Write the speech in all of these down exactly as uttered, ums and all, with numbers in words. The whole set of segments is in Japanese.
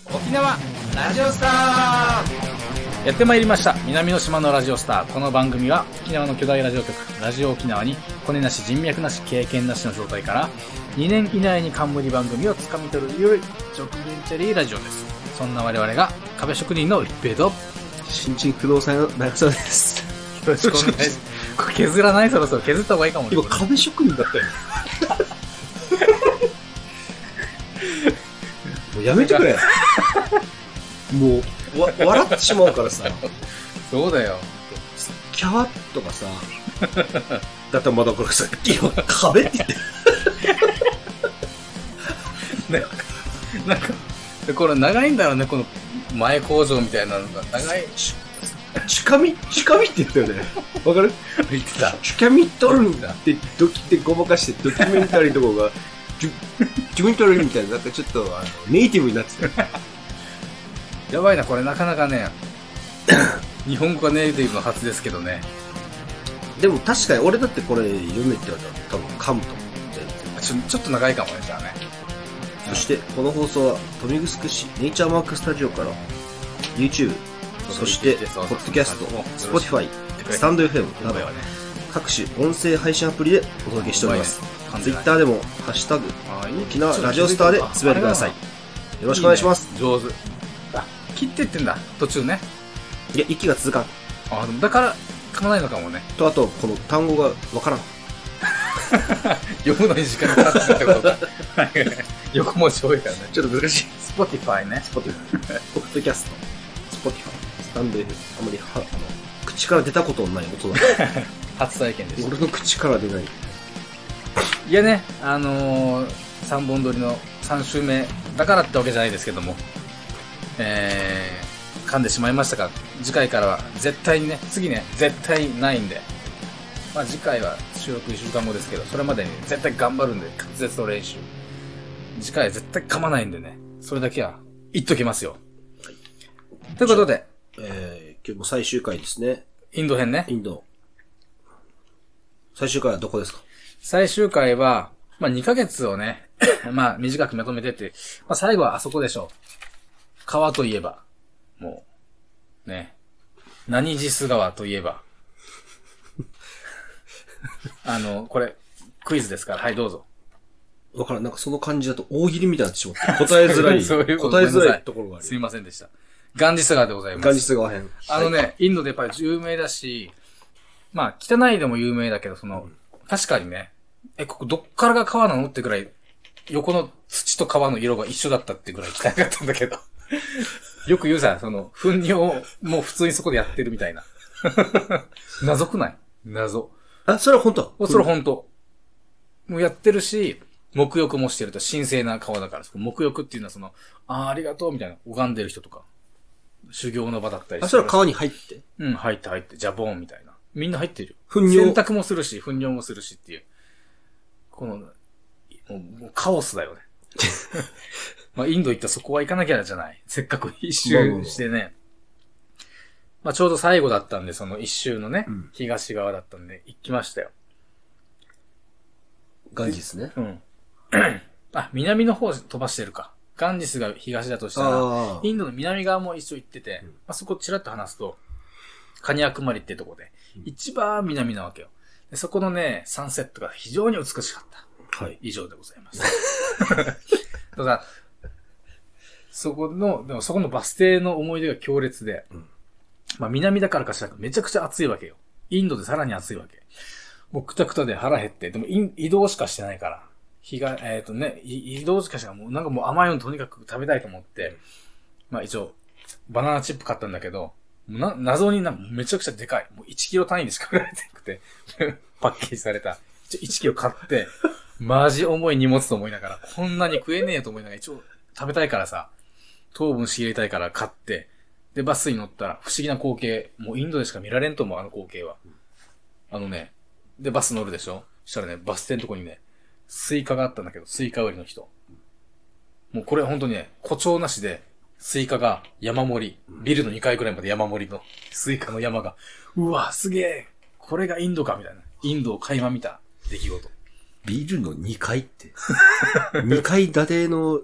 沖縄ラジオスター。やってまいりました南の島のラジオスター。この番組は沖縄の巨大ラジオ局ラジオ沖縄にコネなし人脈なし経験なしの状態からにねん以内に冠番組をつかみ取るよりドキュメンタリーラジオです。そんな我々が壁職人の一平と新築不動産の長澤です。 よろしくお願いします。これ削らない？そろそろ削った方がいいかもね。 今壁職人だったよ。もうやめてくれ。もうわ笑ってしまうからさ。 そうだよ。 キャワッとかさ。だったらまだこれさ、今壁って言って。 なんか、なんか、これ長いんだろうね、この前工場みたいなのが長い。 近み近みって言ったよね。わかる？ 言ってた。 近み取るんだってドキってごまかしてドキュメンタリーのとこがドキュメンタリーみたいななんかちょっとあのネイティブになってた。 やばいなこれなかなかね。日本語がネイティブのはずですけどね。 でも確かに俺だってこれ読めって言われたら多分噛むと思って。 ちょちょっと長いかもねじゃあね。 そしてこの放送は豊見城市ネイチャーマークスタジオから YouTube。そして、ポッドキャスト、Spotify、スタンド エフエム など、各種音声配信アプリでお届けしております。Twitter でも、ハッシュタグ、沖縄ラジオスターでつぶやいてください。よろしくお願いします。 上手。あ、切ってってんだ、途中ね。 いや、息が続かん。 あ、だから、噛まないのかもね。 と、あと、この単語がわからん。 読むのに時間かかってるってことか。横文字多いからね。 ちょっと難しい。 Spotify ね。 Spotify。ポッドキャスト。Spotify。なんで、あんまりは、あの、口から出たことのない音だ。 初体験です。 俺の口から出ない。 いやね、あのー、さんぼん撮りのさん週目だからってわけじゃないですけども、えー、噛んでしまいましたが、次回からは絶対にね、次ね、絶対ないんで、まあ次回は収録いっしゅうかんごですけど、それまでに絶対頑張るんで、滑舌の練習。次回は絶対噛まないんでね、それだけは言っときますよ。はい、ということで、 えー、今日も最終回ですね。 インド編ね。 インド。最終回はどこですか？ 最終回は、まあ、にかげつをね、まあ、短くまとめてって、まあ、最後はあそこでしょう。川といえば、もう、ね。何ジス川といえば。あの、これ、クイズですから、はい、どうぞ。 わからん、なんかその感じだと大喜利みたいになってしまって、答えづらい、 そういう答えづらいところがある。 すいませんでした。ガンジス川でございます。 ガンジス川編。 あのね、はい、インドでやっぱり有名だし、まあ、汚いでも有名だけど、その、うん、確かにね、え、ここどっからが川なのってくらい、横の土と川の色が一緒だったってぐらい汚かったんだけど。よく言うさ、その、糞尿もう普通にそこでやってるみたいな。謎くない？謎。 あ、それは本当？ それは本当。もうやってるし、沐浴もしてると神聖な川だから、沐浴っていうのはその、ああ、ありがとうみたいな、拝んでる人とか。修行の場だったりして。 あ、それは川に入ってうん、入って入って、ジャボーンみたいな。みんな入ってるよ。 糞尿。 洗濯もするし、糞尿もするしっていう。この、もう、もうカオスだよね。まあ、インド行ったらそこは行かなきゃじゃない。せっかく一周してね。まあ、ちょうど最後だったんで、その一周のね、うん、東側だったんで、行きましたよ。 ガンジスね。 うん。あ、南の方飛ばしてるか。ガンジスが東だとしたら、インドの南側も一緒行ってて、うん、まあ、そこちらっと話すと、カニアクマリってとこで、うん、一番南なわけよ。でそこのね、サンセットが非常に美しかった。 はい。 以上でございます。だから、そこの、でもそこのバス停の思い出が強烈で、うん、まあ南だからかしらめちゃくちゃ暑いわけよ。インドでさらに暑いわけ。もうくたくたで腹減って、でも移動しかしてないから。日が、えっ、ー、とね、移動しかしかもうなんかもう甘いのとにかく食べたいと思って、まあ一応、バナナチップ買ったんだけど、な、謎になんかめちゃくちゃでかい。もういちキロ単位でしか売られてなくて、パッケージされた。一応いちキロ買って、マジ重い荷物と思いながら、こんなに食えねえと思いながら一応食べたいからさ、糖分仕入れたいから買って、で、バスに乗ったら不思議な光景、もうインドでしか見られんと思う、あの光景は。あのね、で、バス乗るでしょ？したらね、バス停のとこにね、スイカがあったんだけど、スイカ売りの人。もうこれ本当にね、誇張なしで、スイカが山盛り、ビルのにかいくらいまで山盛りのスイカの山が、うわ、すげえ、これがインドかみたいな。インドを垣間見た出来事。 ビルのにかいって。にかい建ての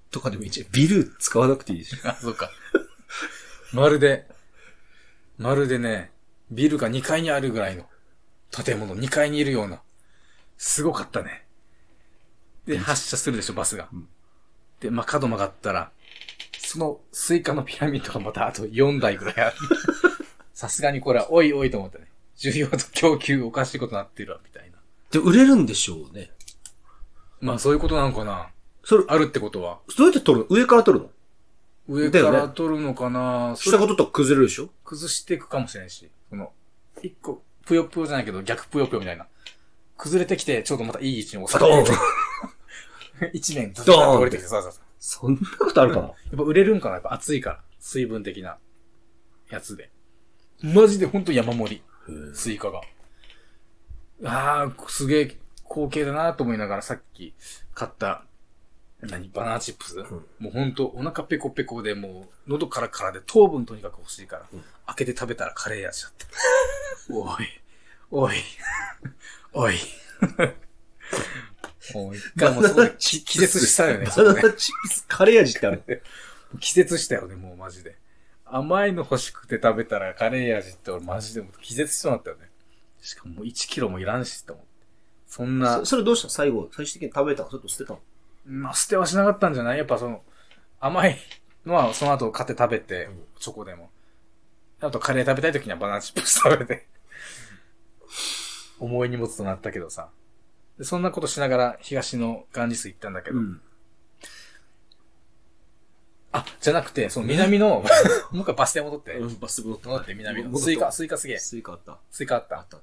とかでもいいじゃん。ビル使わなくていいし。 あ、そうか。まるで、まるでね、ビルがにかいにあるぐらいの建物、にかいにいるような。すごかったね。で、発車するでしょ、バスが。うん、で、まあ、角曲がったら、そのスイカのピラミッドがまたあとよんだいぐらいある。さすがにこれは、おいおいと思ったね。需要と供給おかしいことになってるわ、みたいな。 で、売れるんでしょうね。 まあ、そういうことなのかな。 それ、 あるってことは。 どうやって取るの？上から取るの？ 上から取るのかな、 ね、下が取ったら崩れるでしょ？ 崩していくかもしれんし。その、一個、ぷよぷよじゃないけど、逆ぷよぷよみたいな。崩れてきて、ちょうどまたいい位置に収まって。一面ずっと降りてきて、そうそうそう。 そんなことあるかな、やっぱ売れるんかな、やっぱ熱いから。水分的なやつで。マジでほんと山盛り。スイカが。ああ、すげえ光景だなと思いながらさっき買った、何バナナチップス、うん、もうほんとお腹ペコペコでもう喉カラカラで糖分とにかく欲しいから、うん、開けて食べたらカレー味だった。おい、おい、おい。もう一回もうそこで気絶したよね。 バナナチップスカレー味ってある。 気絶したよね、もうマジで。甘いの欲しくて食べたらカレー味って俺マジでもう気絶しそうになったよね。しかももういちキロもいらんしって思って。そんな。 そ, それどうした最後、最終的に食べたの？それと捨てたの？ まあ、捨てはしなかったんじゃない？やっぱその、甘いのはその後買って食べて、うん、チョコでも。あとカレー食べたい時にはバナナチップス食べて。重い荷物となったけどさ。でそんなことしながら東のガンジス行ったんだけど。うん、あ、じゃなくて、その南の、もう一回バス停戻って。 うん、バス停戻って。 戻って南の。スイカ、スイカすげえ。 スイカあった。 スイカあった。 あったあった。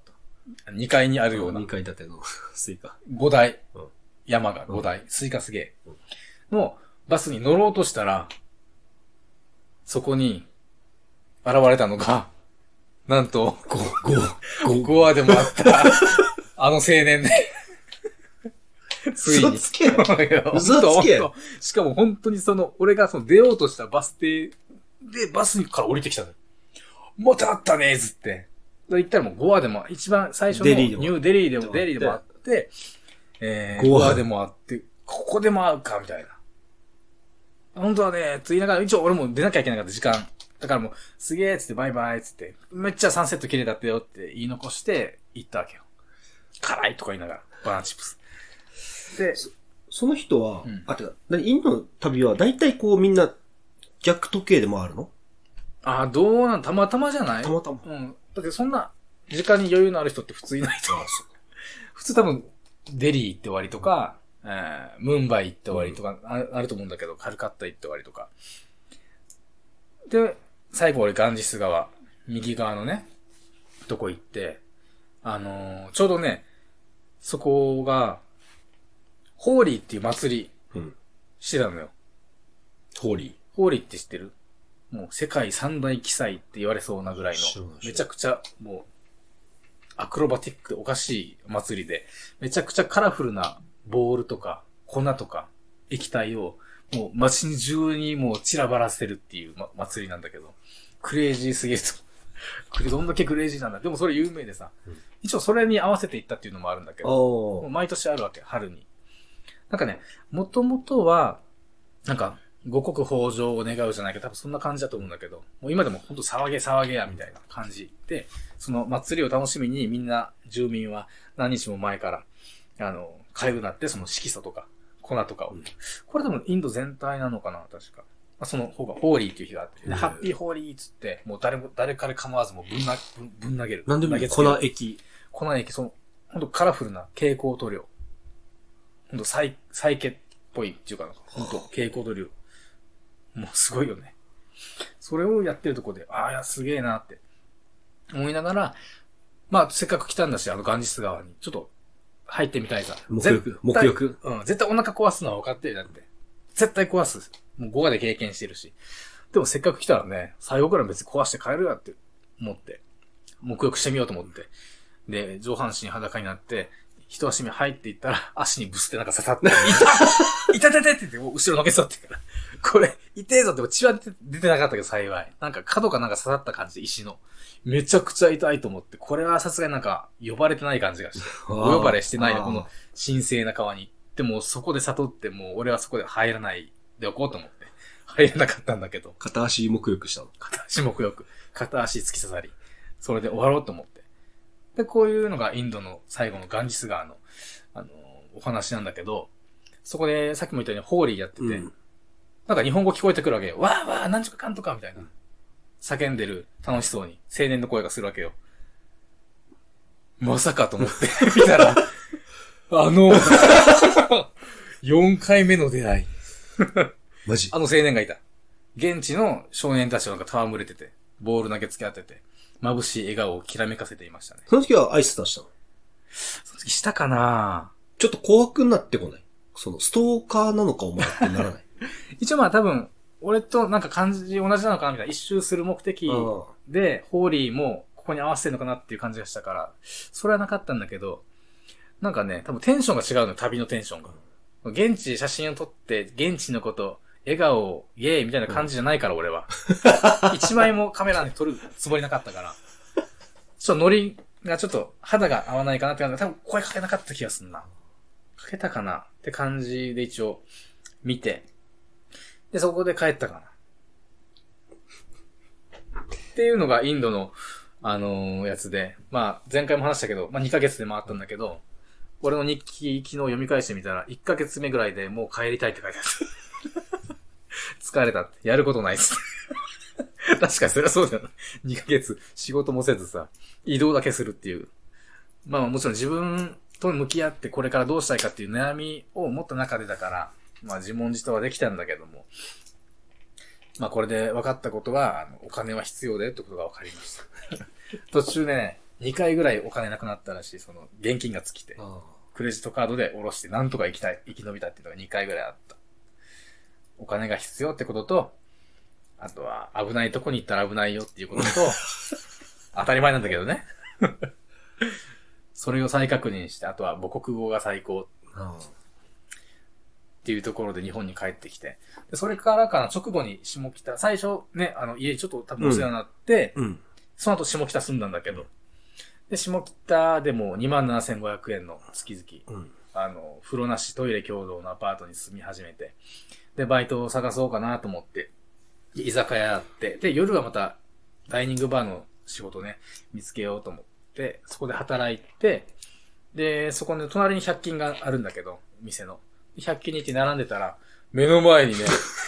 にかいにあるような。 にかい建てのスイカ。 ごだい。うん、山がごだい。うん、スイカすげえ。のバスに乗ろうとしたら、そこに現れたのが、なんと、ご、ご、ごわでもあった、あの青年で。ついに。 嘘つけよ。嘘つけよ。 しかも本当にその、俺がその出ようとしたバス停でバスから降りてきたの。またあったねーずって。言ったらもうごわでも、一番最初のニューデリーでも、デリーでもあって、えー、ごわでもあって、ここでも会うか、みたいな。本当はね、ついながら、一応俺も出なきゃいけなかった時間。だからもう、すげーっつってバイバイっつって、めっちゃサンセット綺麗だったよって言い残して行ったわけよ。辛いとか言いながら、バナナチップス。で、 そ, その人は、うん、あ、てか、何、インドの旅は大体こうみんな逆時計で回るの？ ああ、どうなん、たまたまじゃない？ たまたま。 うん。だってそんな、時間に余裕のある人って普通いないと思う。普通多分、デリー行って終わりとか、えー、ムンバイ行って終わりとか、うん、あ, あると思うんだけど、カルカッタ行って終わりとか。で、最後俺ガンジス川、右側のね、とこ行って、あのー、ちょうどね、そこが、ホーリーっていう祭り、してたのよ、うん。 ホーリーホーリーって知ってる？もう世界三大奇祭って言われそうなぐらいの、めちゃくちゃもう、アクロバティックでおかしい祭りで、めちゃくちゃカラフルなボールとか粉とか液体をもう街中にもう散らばらせるっていう、ま、祭りなんだけど、クレイジーすぎると。どんだけクレイジーなんだ。でもそれ有名でさ、うん、一応それに合わせていったっていうのもあるんだけど、もう毎年あるわけ、春に。なんかね、もともとは、なんか、五穀豊穣を願うじゃないけど、多分そんな感じだと思うんだけど、もう今でもほんと騒げ騒げやみたいな感じで、その祭りを楽しみにみんな住民は何日も前から、あの、かゆくなってその色素とか粉とかを。うん、これでもインド全体なのかな、確か。まあ、その方がホーリーっていう日があって、ハッピーホーリーっつって、もう誰も、誰から構わずもうぶんな、ぶん、ぶん投げる。 なんでも粉液。 粉液、その、ほんとカラフルな蛍光塗料。ほんとサイ、サイケっぽいっていうかな。ほんと蛍光塗料。もうすごいよね。それをやってるとこで、ああ、いや、すげえなって思いながら、まあ、せっかく来たんだし、あのガンジス川に、ちょっと入ってみたいさ。 目浴、目浴。 うん、絶対お腹壊すのは分かってるだって。絶対壊す。もうごがで経験してるし。でもせっかく来たらね、最後から別に壊して帰るやって思って、目浴してみようと思って。で、上半身裸になって、一足目入っていったら、足にブスってなんか刺さって、いたいたたたって言って、もう後ろのけそうってから。これ、痛えぞって血は出て、出てなかったけど幸い。なんか角かなんか刺さった感じで石の。めちゃくちゃ痛いと思って、これはさすがになんか呼ばれてない感じがして。お呼ばれしてないの、この神聖な川に。でもそこで悟ってもう俺はそこで入らないでおこうと思って。入れなかったんだけど。 片足沐浴したの。 片足沐浴。片足突き刺さり。それで終わろうと思って。で、こういうのがインドの最後のガンジス川の、あの、お話なんだけど、そこでさっきも言ったようにホーリーやってて、うん、なんか日本語聞こえてくるわけよ。わーわーなんちゅかかんとかみたいな。叫んでる、楽しそうに、青年の声がするわけよ。まさかと思って、見たら、あの、よんかいめの出会い。 マジあの青年がいた。現地の少年たちとなんか戯れてて、ボール投げつけ合ってて、眩しい笑顔をきらめかせていましたね。 その時はアイス出したの？ その時したかな？ ちょっと怖くなってこない？その、ストーカーなのかお前ってならない？ 一応まあ多分、俺となんか感じ同じなのかなみたいな、一周する目的で、ホーリーもここに合わせてるのかなっていう感じがしたから、それはなかったんだけど、なんかね、多分テンションが違うのよ、旅のテンションが。現地で写真を撮って、現地のこと、笑顔、イエーイみたいな感じじゃないから、俺は。一枚もカメラに撮るつもりなかったから。ちょっとノリがちょっと肌が合わないかなって感じで、多分声かけなかった気がすんな。かけたかなって感じで一応見て、で、そこで帰ったかな。っていうのがインドの、あのー、やつで、まあ、前回も話したけど、まあにかげつで回ったんだけど、俺の日記昨日読み返してみたら、いっかげつめぐらいでもう帰りたいって書いてある。疲れたって。やることないっす。確かにそれはそうだよな。にかげつ仕事もせずさ、移動だけするっていう。まあもちろん自分と向き合ってこれからどうしたいかっていう悩みを持った中でだから、まあ自問自答はできたんだけども。まあこれで分かったことは、あのお金は必要だよってことが分かりました。途中ね、にかいぐらいお金なくなったらしい、その現金が尽きて。クレジットカードで下ろしてなんとか生きたい、生き延びたっていうのがにかいぐらいあった。お金が必要ってことと、あとは危ないとこに行ったら危ないよっていうことと、当たり前なんだけどね。それを再確認して、あとは母国語が最高。っていうところで日本に帰ってきて。でそれからかな、直後に下北、最初ね、あの家ちょっと多分お世話になって、うんうん、その後下北住んだんだけど、で、下北でも にまんななせんごひゃくえんの月々、うん、あの、風呂なしトイレ共同のアパートに住み始めて、で、バイトを探そうかなと思って、居酒屋やって、で、夜はまたダイニングバーの仕事ね、見つけようと思って、そこで働いて、で、そこで隣にひゃく均があるんだけど、店の。ひゃく均に行って並んでたら、目の前にね、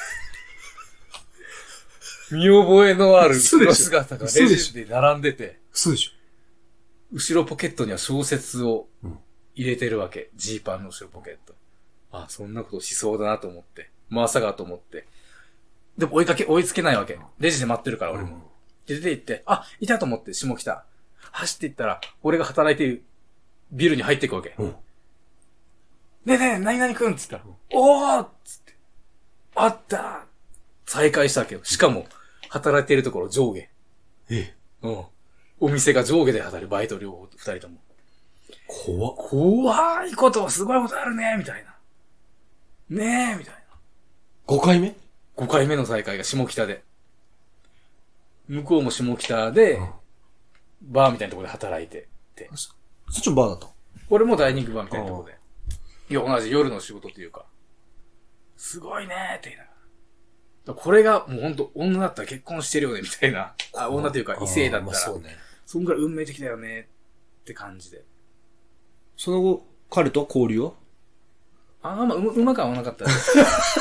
見覚えのある黒姿がレジで並んでて、 そうでしょ。 後ろポケットには小説を入れてるわけ。ジーパンの後ろポケット。あ、そんなことしそうだなと思って。まさかと思って。でも追いかけ、追いつけないわけ。レジで待ってるから俺も。うん、で出て行って、あ、いたと思って下北。走って行ったら、俺が働いているビルに入っていくわけ。うん、ねえねえ、何々くんっつったら、おーっつって、あった再会したわけよ。しかも、働いているところ上下。 ええ。 うん。お店が上下で働くバイト両方、二人とも。 怖っ。 怖いこと、すごいことあるね、みたいな。ねえ、みたいな。 ごかいめ ? ご 回目の再会が下北で。向こうも下北で、うん、バーみたいなところで働いてて。 そっちもバーだった？ 俺もダイニングバーみたいなところで。いや、同じ夜の仕事っていうか。すごいねーって言いながら。これがもうほんと女だったら結婚してるよねみたいな。あ、女というか異性だったら。まあ、そうね。そんぐらい運命的だよねって感じで。 その後、彼とは交流は？ ああ、まあ、う、うまくは合わなかったです。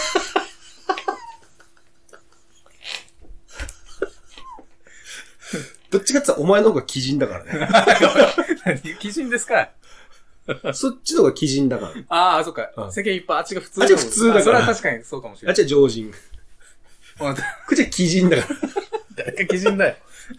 どっちかって言ったらお前の方が鬼人だからね。 何鬼人ですか？ そっちの方が鬼人だから。 ああ、そっか。うん、世間一般、あっちが普通あっちが普通だから。 それは確かにそうかもしれない。 あっちは常人。こっちは鬼人だから。 誰が鬼人だよ。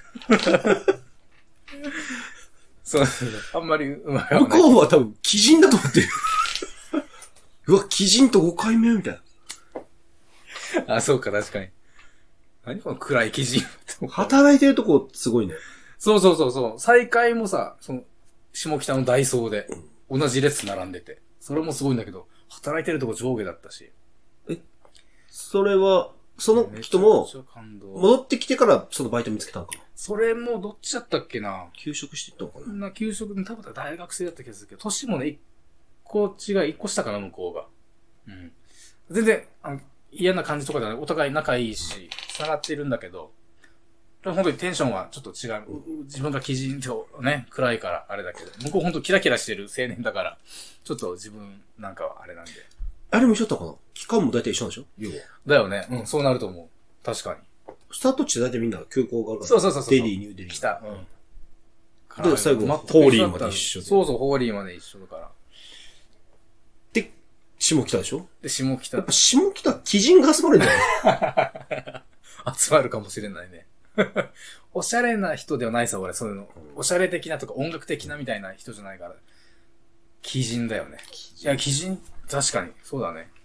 そう、あんまりうまい。 向こうは多分鬼人だと思ってる。うわ、鬼人とごかいめみたいな。あ、そうか、確かに。何この暗い鬼人。 働いてるとこすごいね。 そうそうそうそう。再会もさ、その、下北のダイソーで、同じ列並んでて。それもすごいんだけど、働いてるとこ上下だったし。 えそれは、その人も、戻ってきてからそのバイト見つけたのかな？ それもどっちだったっけな？ 休職してったのかな？ な、休職、多分大学生だった気がするけど、年もね、一個違い、一個下かな、向こうが。うん。全然、あの、 嫌な感じとかではお互い仲いいし、繋がっているんだけど、本当にテンションはちょっと違う。自分が基準とね、暗いからあれだけど、向こう本当キラキラしてる青年だから、ちょっと自分なんかはあれなんで。 あれも一緒だったかな？期間も大体一緒なんでしょ？要は。 だよね。うん、そうなると思う。確かに。 スタート地で大体みんな空港があるから。 そうそうそうそう。 デリー、ニューデリー。 来た。 うん。で、最後、ホーリーまで一緒で。 そうそう、ホーリーまで一緒だから。 で、下北でしょ？ で、下北。 やっぱ下北、鬼人が集まるんじゃない集まるかもしれないね。おしゃれな人ではないさ、俺、そういうの。おしゃれ的なとか音楽的なみたいな人じゃないから。鬼人だよね。いや、鬼人、確かに。そうだね。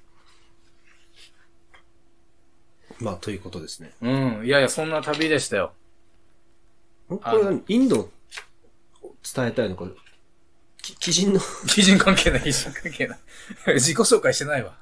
まあ、ということですね。 うん。いやいや、そんな旅でしたよ。 これ何インドを伝えたいのか、き鬼人の。 鬼人関係ない、鬼人関係ない。自己紹介してないわ。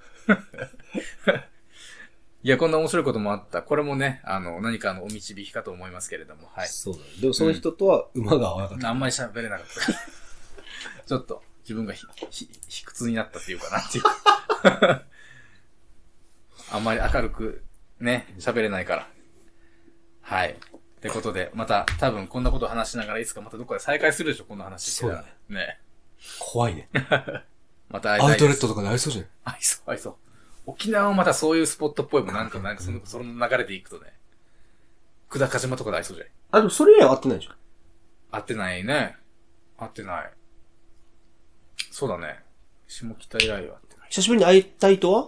いや、こんな面白いこともあった。これもね、あの、何かのお導きかと思いますけれども。はい。 そうだね。でもその人とは馬が合わなかった。 うん、あんまり喋れなかった。ちょっと、自分がひ、ひ、卑屈になったっていうかなっていうか。あんまり明るく、ね、喋れないから。はい。ってことで、また、多分こんなことを話しながらいつかまたどっかで再開するでしょ、こんな話。 そうだね。 ね。 怖いね。 また会いたい。 アウトレットとかで会いそうじゃん。 会いそう、会いそう。沖縄もまたそういうスポットっぽいもん、なんか、なんかその、その流れで行くとね。久高島とかで会いそうじゃん。 あ、でもそれ以来会ってないでしょ？ 会ってないね。会ってない。そうだね。下北以来は会ってない。久しぶりに会いたいとは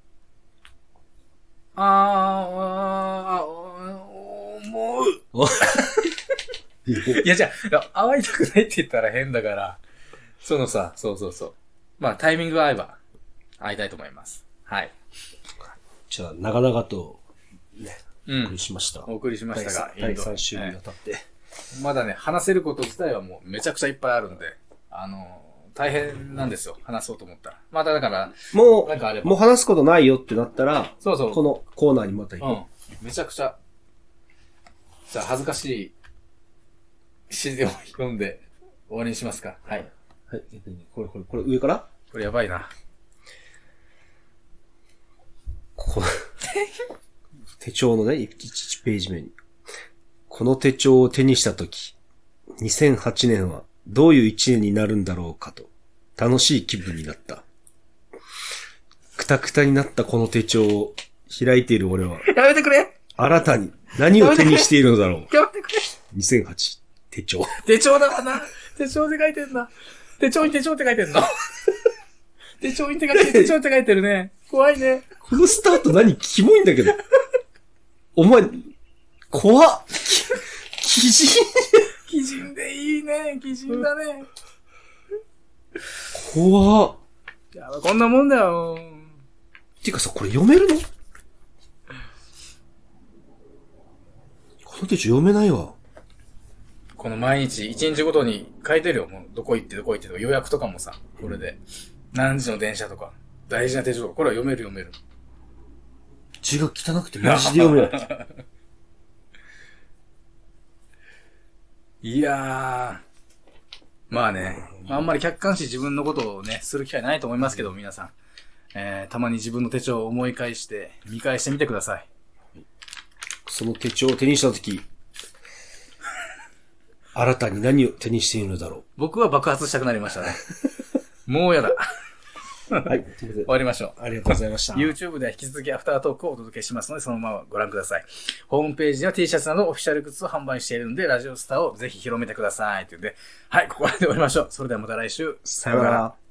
あー、あー、思う。いや、じゃあ、会いたくないって言ったら変だから、そのさ、そうそうそう。まあ、タイミングが合えば、会いたいと思います。はい。 じゃあ、長々と、ね、 うん、 お送りしました。 お送りしましたが、 だいさん週にわたって、 えー。まだね、話せること自体はもうめちゃくちゃいっぱいあるんで、あの、大変なんですよ。話そうと思ったら。まただから、 もう、 なんかあればもう話すことないよってなったら、 そうそう。 このコーナーにまた行く。うん。めちゃくちゃ、じゃあ恥ずかしい詩を読んで終わりにしますか。はい。 はい。これ、これ、これ上からこれやばいな。 こ手帳のね、いちページ目に。この手帳を手にしたとき、にせんはちねんはどういう一年になるんだろうかと、楽しい気分になった。くたくたになったこの手帳を開いている俺は、 やめてくれ新たに何を手にしているのだろう。 やめてくれ ! にせんはち 手帳。 手帳だわな。手帳で書いてんだ。手帳に手帳って書いてんの。手帳に手書いて、手帳って書いてるね。怖いね。 このスタート何キモいんだけど。お前、怖っ。鬼人。 鬼人でいいね。鬼人だね。 怖っ。 いや、こんなもんだよ。 てかさ、これ読めるの？この手帳読めないわ。 この毎日、一日ごとに書いてるよ。もうどこ行ってどこ行ってとか予約とかもさ、これで。何時の電車とか、大事な手帳とか、これは読める読める。 字が汚くてマジで読めない。 いやー。まあね、あんまり客観視自分のことをね、する機会ないと思いますけど、皆さん。えー、たまに自分の手帳を思い返して、見返してみてください。 その手帳を手にしたとき、新たに何を手にしているのだろう。 僕は爆発したくなりましたね。もうやだ。 はい。 終わりましょう。 ありがとうございました。 YouTube では引き続きアフタートークをお届けしますので、そのままご覧ください。ホームページには T シャツなどオフィシャルグッズを販売しているので、ラジオスターをぜひ広めてください。というので、はい、ここまで終わりましょう。それではまた来週。 さようなら。